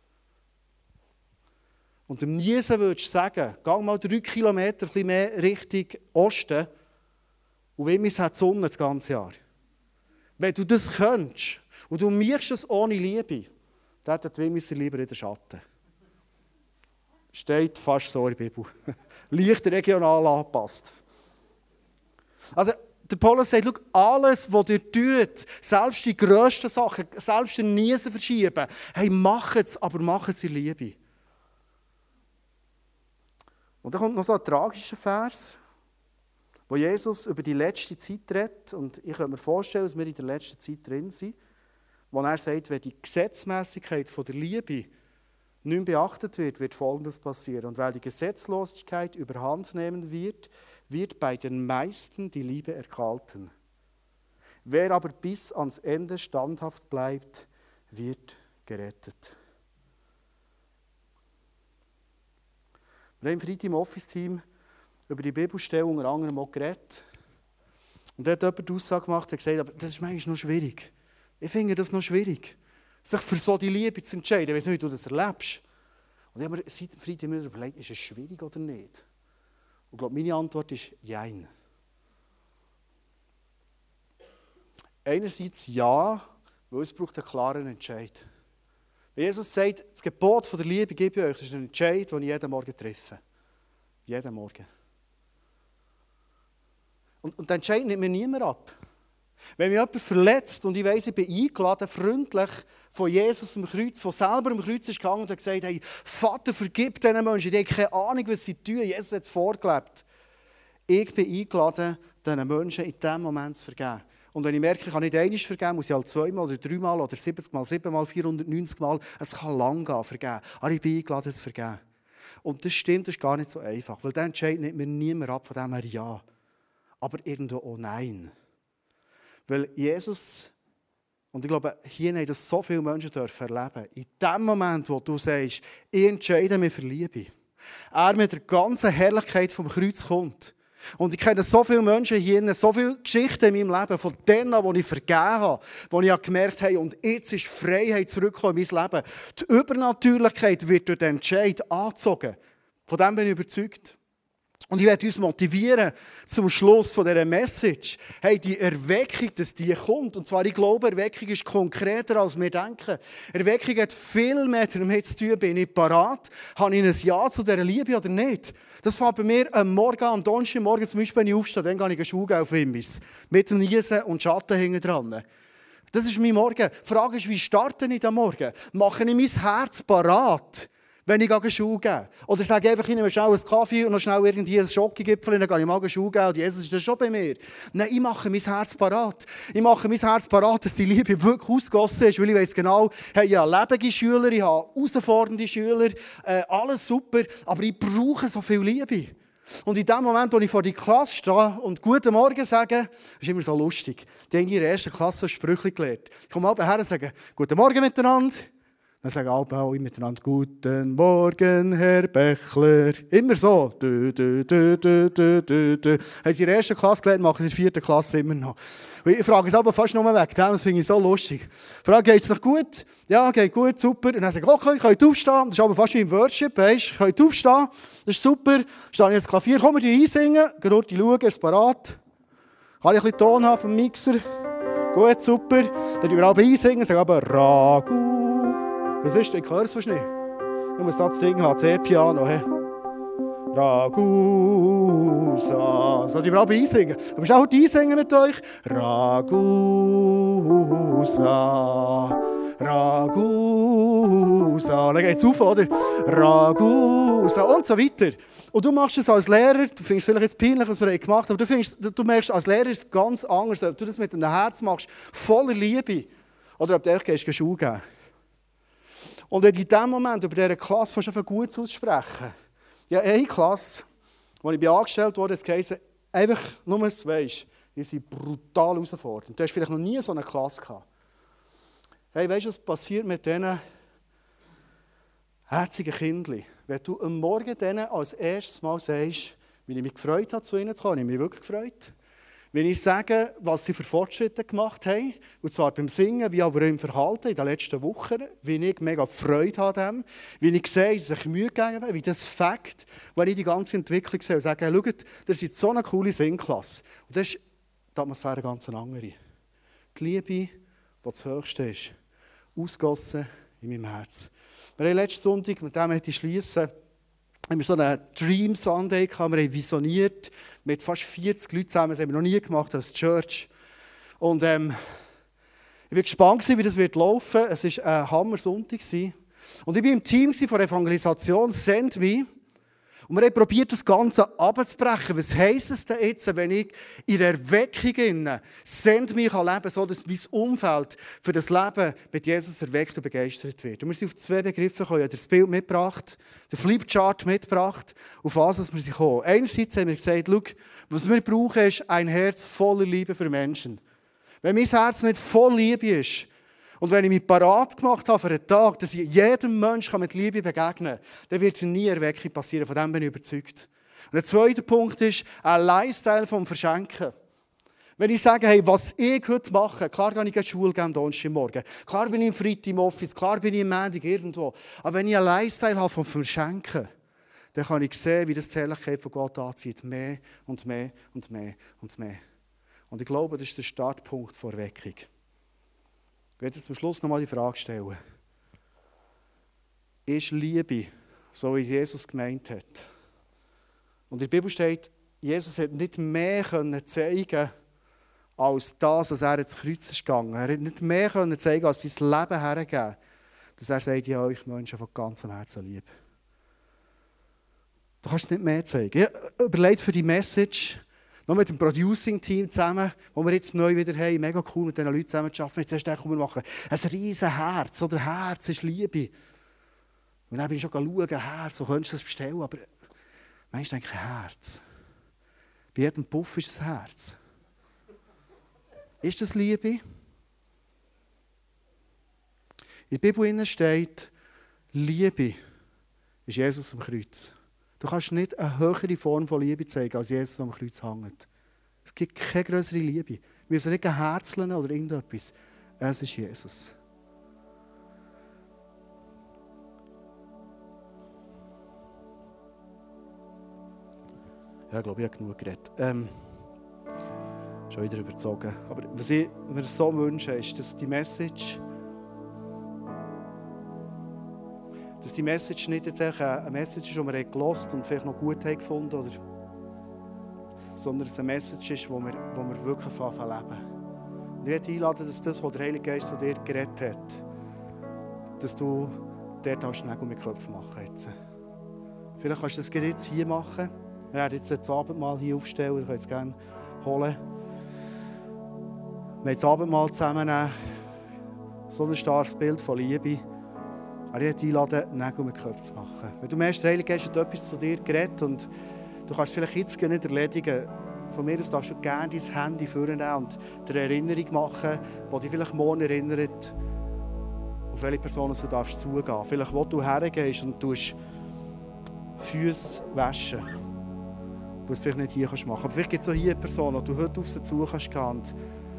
und dem Niesen würdest sagen, geh mal 3 Kilometer ein bisschen mehr Richtung Osten und Wimmis hat Sonne das ganze Jahr. Wenn du das könntest und du merkst es ohne Liebe, dann hat die Wimmis lieber in den Schatten. Steht fast so in der Bibel. Leicht regional angepasst. Also, der Paulus sagt, schau, alles, was ihr tut, selbst die grössten Sachen, selbst den Niesen verschieben, hey, macht es, aber macht es in Liebe. Und dann kommt noch so ein tragischer Vers, wo Jesus über die letzte Zeit redet. Und ich kann mir vorstellen, dass wir in der letzten Zeit drin sind, wo er sagt, wenn die Gesetzmäßigkeit der Liebe nicht mehr beachtet wird, wird Folgendes passieren. Und weil die Gesetzlosigkeit überhand nehmen wird, wird bei den meisten die Liebe erkalten. Wer aber bis ans Ende standhaft bleibt, wird gerettet. Wir haben Freitag im Office-Team über die Bibelstelle unter anderem auch geredet. Und da hat jemand die Aussage gemacht und gesagt, aber das ist manchmal noch schwierig. Ich finde das noch schwierig, sich für so die Liebe zu entscheiden. Ich weiß nicht, wie du das erlebst. Und ich habe mir seit dem Freitag immer überlegt, ist es schwierig oder nicht? Und ich glaube, meine Antwort ist Jein. Einerseits ja, weil es braucht einen klaren Entscheid. Wenn Jesus sagt, das Gebot der Liebe gebe ich euch, das ist ein Entscheid, den ich jeden Morgen treffe. Jeden Morgen. Und den Entscheid nimmt mir niemand ab. Wenn mich jemand verletzt und ich weiss, ich bin eingeladen, freundlich von Jesus am Kreuz, von selber am Kreuz ist gegangen und hat gesagt, hey, Vater, vergib diesen Menschen, die haben keine Ahnung, was sie tun. Jesus hat es vorgelebt. Ich bin eingeladen, diesen Menschen in diesem Moment zu vergeben. Und wenn ich merke, ich kann nicht einmal vergeben, muss ich halt 2-mal oder 3-mal oder 70-mal, 7-mal, 490-mal, es kann lang gehen, vergeben. Aber ich bin eingeladen, zu vergeben. Und das stimmt, das ist gar nicht so einfach, weil der Entscheid nimmt mir niemand ab, von dem her ja. Aber irgendwo auch nein. Weil Jesus, und ich glaube, hier haben das so viele Menschen erleben, in dem Moment, wo du sagst, ich entscheide mich für Liebe, er mit der ganzen Herrlichkeit vom Kreuz kommt. Und ich kenne so viele Menschen hier, so viele Geschichten in meinem Leben, von denen, die ich vergeben habe, wo ich gemerkt habe, und jetzt ist Freiheit zurückgekommen in mein Leben. Die Übernatürlichkeit wird durch den Entscheid angezogen. Von dem bin ich überzeugt. Und ich werde uns motivieren, zum Schluss von dieser Message, hey, die Erweckung, dass die kommt. Und zwar, ich glaube, Erweckung ist konkreter, als wir denken. Erweckung hat viel mehr damit zu tun, bin ich parat, habe ich ein Ja zu dieser Liebe oder nicht. Das fängt bei mir am Morgen, am Donnerstagmorgen, zum Beispiel, wenn ich aufstehe, dann gehe ich eine Schule auf Immis. Mit dem Niesen und Schatten hinten dran. Das ist mein Morgen. Die Frage ist, wie starte ich am Morgen? Mache ich mein Herz parat? wenn ich Schule gebe. Oder sage einfach, ich nehme schnell einen Kaffee und noch schnell irgendwie einen Schokogipfel, dann gehe ich mal Schule geben und Jesus ist dann schon bei mir. Nein, ich mache mein Herz parat. Ich mache mein Herz parat, dass die Liebe wirklich ausgegossen ist, weil ich weiss genau, hey, ich habe lebende Schüler, ich habe herausfordernde Schüler, alles super, aber ich brauche so viel Liebe. Und in dem Moment, wo ich vor die Klasse stehe und «Guten Morgen» sage, ist immer so lustig. Die haben in der ersten Klasse so Sprüche gelernt. Ich komme mal her und sage «Guten Morgen miteinander». Dann sagen alle miteinander «Guten Morgen, Herr Bächler». Immer so. Haben sie in der ersten Klasse gelernt, machen sie in der 4. Klasse immer noch. Und ich frage es aber fast nur weg, das finde ich so lustig. Ich frage, geht es noch gut? Ja, geht gut, super. Und dann sage ich, okay, könnt ihr aufstehen? Das ist aber fast wie im Worship, weißt du? Könnt ihr aufstehen? Das ist super. Stehe ich ins Klavier, komm, wir einsingen. Gehen die schauen, ist parat. Kann ich ein bisschen Ton haben vom Mixer? Gut, super. Dann singen wir alle einsingen, sagen aber «Ragu». Was ist denn? Ich höre es fast nicht. Ich muss das Ding haben, C-Piano. Hey. Ragusa. Soll ich mir alle einsingen? Aber ist auch einsingen mit euch? Ragusa. Ragusa. Dann geht es auf, oder? Ragusa. Und so weiter. Und du machst es als Lehrer, du findest es vielleicht jetzt peinlich, was wir gemacht haben, aber du merkst, als Lehrer ist es ganz anders. Ob du das mit deinem Herz machst, voller Liebe, oder ob du echt gehst, Schule geben. Und wenn in diesem Moment über diese Klasse fast auf Gutes aussprechen. Ja, eine Klasse, wo ich angestellt wurde, es heisst, einfach nur, dass du weisst, die sind brutal herausfordernd. Du hast vielleicht noch nie so eine Klasse gehabt. Hey, weißt du, was passiert mit diesen herzigen Kindern? Wenn du am Morgen denen als erstes Mal sagst, wie ich mich gefreut habe, zu ihnen zu kommen, ich habe mich wirklich gefreut. Wenn ich sage, was sie für Fortschritte gemacht haben, und zwar beim Singen, wie aber auch im Verhalten in den letzten Wochen, wie ich mega Freude habe an dem, wie ich sehe, dass sie sich Mühe gegeben haben, wie das Fakt, wenn ich die ganze Entwicklung sehe und sage, hey, schaut, das ist so eine coole Singklasse. Und das ist die Atmosphäre ganz andere. Die Liebe, die das Höchste ist, ausgossen in meinem Herz. Wir haben letzten Sonntag, mit dem möchte ich schliessen, haben wir so einen Dream Sunday gehabt, wir haben visioniert mit fast 40 Leuten zusammen, das haben wir noch nie gemacht als Church. Und ich war gespannt, wie das laufen wird. Es war ein Hammer-Sonntag. Und ich war im Team von der Evangelisation «Send Me». Und wir haben probiert, das Ganze abzubrechen. Was heisst es denn jetzt, wenn ich in der Erweckung «Send Me» leben kann, so dass mein Umfeld für das Leben mit Jesus erweckt und begeistert wird? Und wir sind auf 2 Begriffe gekommen. Ich habe das Bild mitgebracht, den Flipchart mitgebracht, auf was wir kommen. Einerseits haben wir gesagt, schau, was wir brauchen, ist ein Herz voller Liebe für Menschen. Wenn mein Herz nicht voll Liebe ist, und wenn ich mich parat gemacht habe für einen Tag, dass ich jedem Menschen mit Liebe begegnen kann, dann wird nie Erweckung passieren. Von dem bin ich überzeugt. Und der zweite Punkt ist ein Lifestyle vom Verschenken. Wenn ich sage, hey, was ich heute mache, klar gehe ich in die Schule am Donnerstagmorgen, klar bin ich am Freitag im Office, klar bin ich am Montag irgendwo. Aber wenn ich einen Lifestyle habe vom Verschenken, dann kann ich sehen, wie das die Herrlichkeit von Gott anzieht. Mehr und mehr und mehr und mehr. Und ich glaube, das ist der Startpunkt der Erweckung. Ich werde jetzt am Schluss nochmal die Frage stellen. Ist Liebe, so wie Jesus gemeint hat? Und in der Bibel steht, Jesus hat nicht mehr zeigen als das, dass er ins Kreuz ist gegangen. Er hat nicht mehr zeigen, als sein Leben hergegeben. Dass er sagt, ich habe euch Menschen von ganzem Herzen lieb. Du kannst nicht mehr zeigen. Ich überlege für die Message, noch mit dem Producing-Team zusammen, wo wir jetzt neu wieder haben, mega cool mit diesen Leuten zusammen zu arbeiten. Jetzt erst wir machen ein riesen Herz, oder Herz ist Liebe. Und dann bin ich schon schauen, Herz, wo könntest du das bestellen? Aber manchmal denke ich, Herz. Bei jedem Puff ist ein Herz. Ist das Liebe? In der Bibel steht, Liebe ist Jesus am Kreuz. Du kannst nicht eine höhere Form von Liebe zeigen, als Jesus am Kreuz hängt. Es gibt keine größere Liebe. Wir müssen nicht herzeln oder irgendetwas. Es ist Jesus. Ja, ich glaube, ich habe genug geredet. Schon wieder überzogen. Aber was ich mir so wünsche, ist, dass die Message nicht jetzt eine Message ist, die wir gehört und vielleicht noch gut haben gefunden haben, sondern dass es eine Message ist, die wir wirklich anfangen leben. Und ich möchte einladen, dass das, was der Heilige Geist zu dir geredet hat, dass du dort darfst du Nägel mit Köpfen machen. Jetzt. Vielleicht kannst du das jetzt hier machen. Wir werden jetzt das Abendmahl hier aufstellen, ihr könnt es gerne holen. Wir wollen das Abendmahl zusammennehmen. So ein starkes Bild von Liebe. Aber ich möchte einladen, Nägel mit Köpfen zu machen. Wenn du merkst, der Heilige Geist hat etwas zu dir geredet und du kannst es vielleicht jetzt nicht erledigen. Von mir aus darfst du gerne dein Handy vornehmen und dir eine Erinnerung machen, die dich vielleicht morgen erinnert, auf welche Person du darfst zugehen. Vielleicht, wo du hergehst und Füße waschen. Du es vielleicht nicht hier machen kannst. Aber vielleicht gibt es auch hier eine Person, die du heute auf sie zu kannst gehen und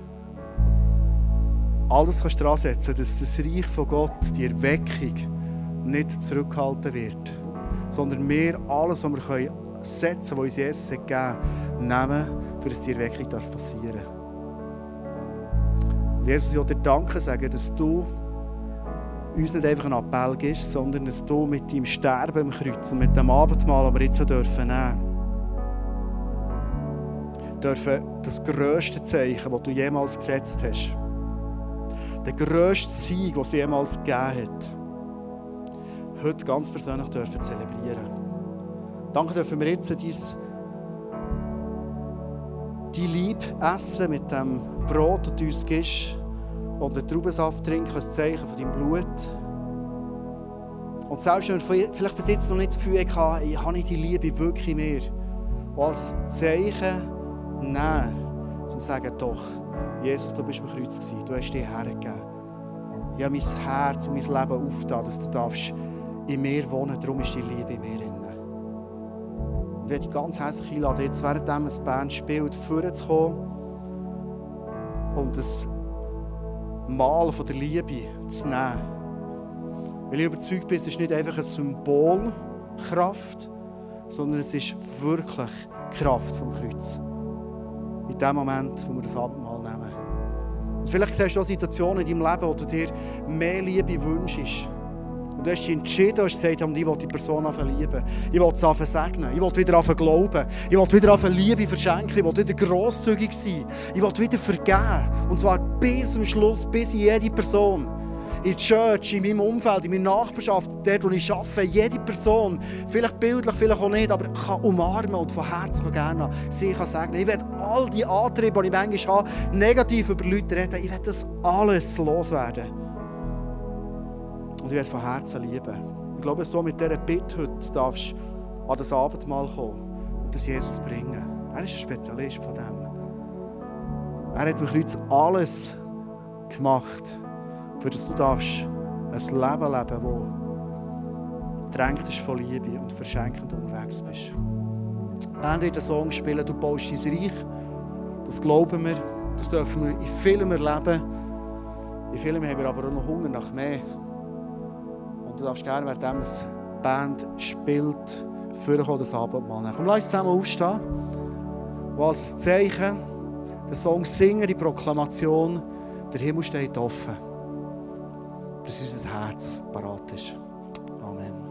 alles kannst dran setzen, dass das Reich von Gott, die Erweckung, nicht zurückgehalten wird. Sondern wir alles, was wir setzen können, was uns Jesus gegeben hat, nehmen, für dass die Erweckung passieren darf. Und Jesus, ich will dir Danke sagen, dass du uns nicht einfach einen Appell gibst, sondern dass du mit deinem Sterben am Kreuz und mit dem Abendmahl, das wir jetzt nehmen dürfen das grösste Zeichen, das du jemals gesetzt hast, der grösste Sieg, den es jemals gegeben hat, heute ganz persönlich dürfen zelebrieren. Danke dürfen wir jetzt dein Leib essen mit dem Brot, das du uns gibst, und den Traubensaft trinken als Zeichen von deinem Blut. Und selbst wenn wir vielleicht bis jetzt noch nicht das Gefühl haben, ich habe nicht die Liebe wirklich mehr, und als ein Zeichen nehmen, um zu sagen, doch, Jesus, du bist am Kreuz gewesen, du hast dich hergegeben. Ich habe mein Herz und mein Leben aufgetan, dass du darfst in mir wohnen, darum ist die Liebe in mir drin. Und ich möchte dich ganz herzlich einladen, jetzt während das Band spielt, vorzukommen und das Mahl von der Liebe zu nehmen. Weil ich überzeugt bin, es ist nicht einfach eine Symbolkraft, sondern es ist wirklich Kraft vom Kreuz. In dem Moment, wo wir das Abendmahl nehmen. Und vielleicht siehst du auch Situationen in deinem Leben, wo du dir mehr Liebe wünschst. Und du hast dich entschieden, hast gesagt, ich will die Person lieben. Ich will sie segnen. Ich will wieder glauben. Ich will wieder Liebe verschenken. Ich will wieder grosszügig sein. Ich will wieder vergeben. Und zwar bis zum Schluss, bis in jede Person. In der Church, in meinem Umfeld, in meiner Nachbarschaft, dort, wo ich arbeite, jede Person, vielleicht bildlich, vielleicht auch nicht, aber kann umarmen und von Herzen gerne sie kann segnen. Ich will all die Antriebe, die ich manchmal habe, negativ über Leute reden, ich will das alles loswerden. Und ich will von Herzen lieben. Ich glaube, dass du mit dieser Bitte heute darfst an das Abendmahl kommen und das Jesus bringen. Er ist ein Spezialist von dem. Er hat durch Kreuz alles gemacht, für das du darfst ein Leben leben, das drängt ist von Liebe und verschenkend unterwegs bist. Wenn wir den Song spielen, du baust dein Reich, das glauben wir, das dürfen wir in vielem erleben. In vielem haben wir aber auch noch Hunger nach mehr. Und du darfst gerne, während die Band spielt, vorkommen, das Abendmahl nehmen. Komm, lass uns zusammen aufstehen. Und als ein Zeichen, den Song singen, die Proklamation, der Himmel steht offen. Dass unser Herz parat ist. Amen.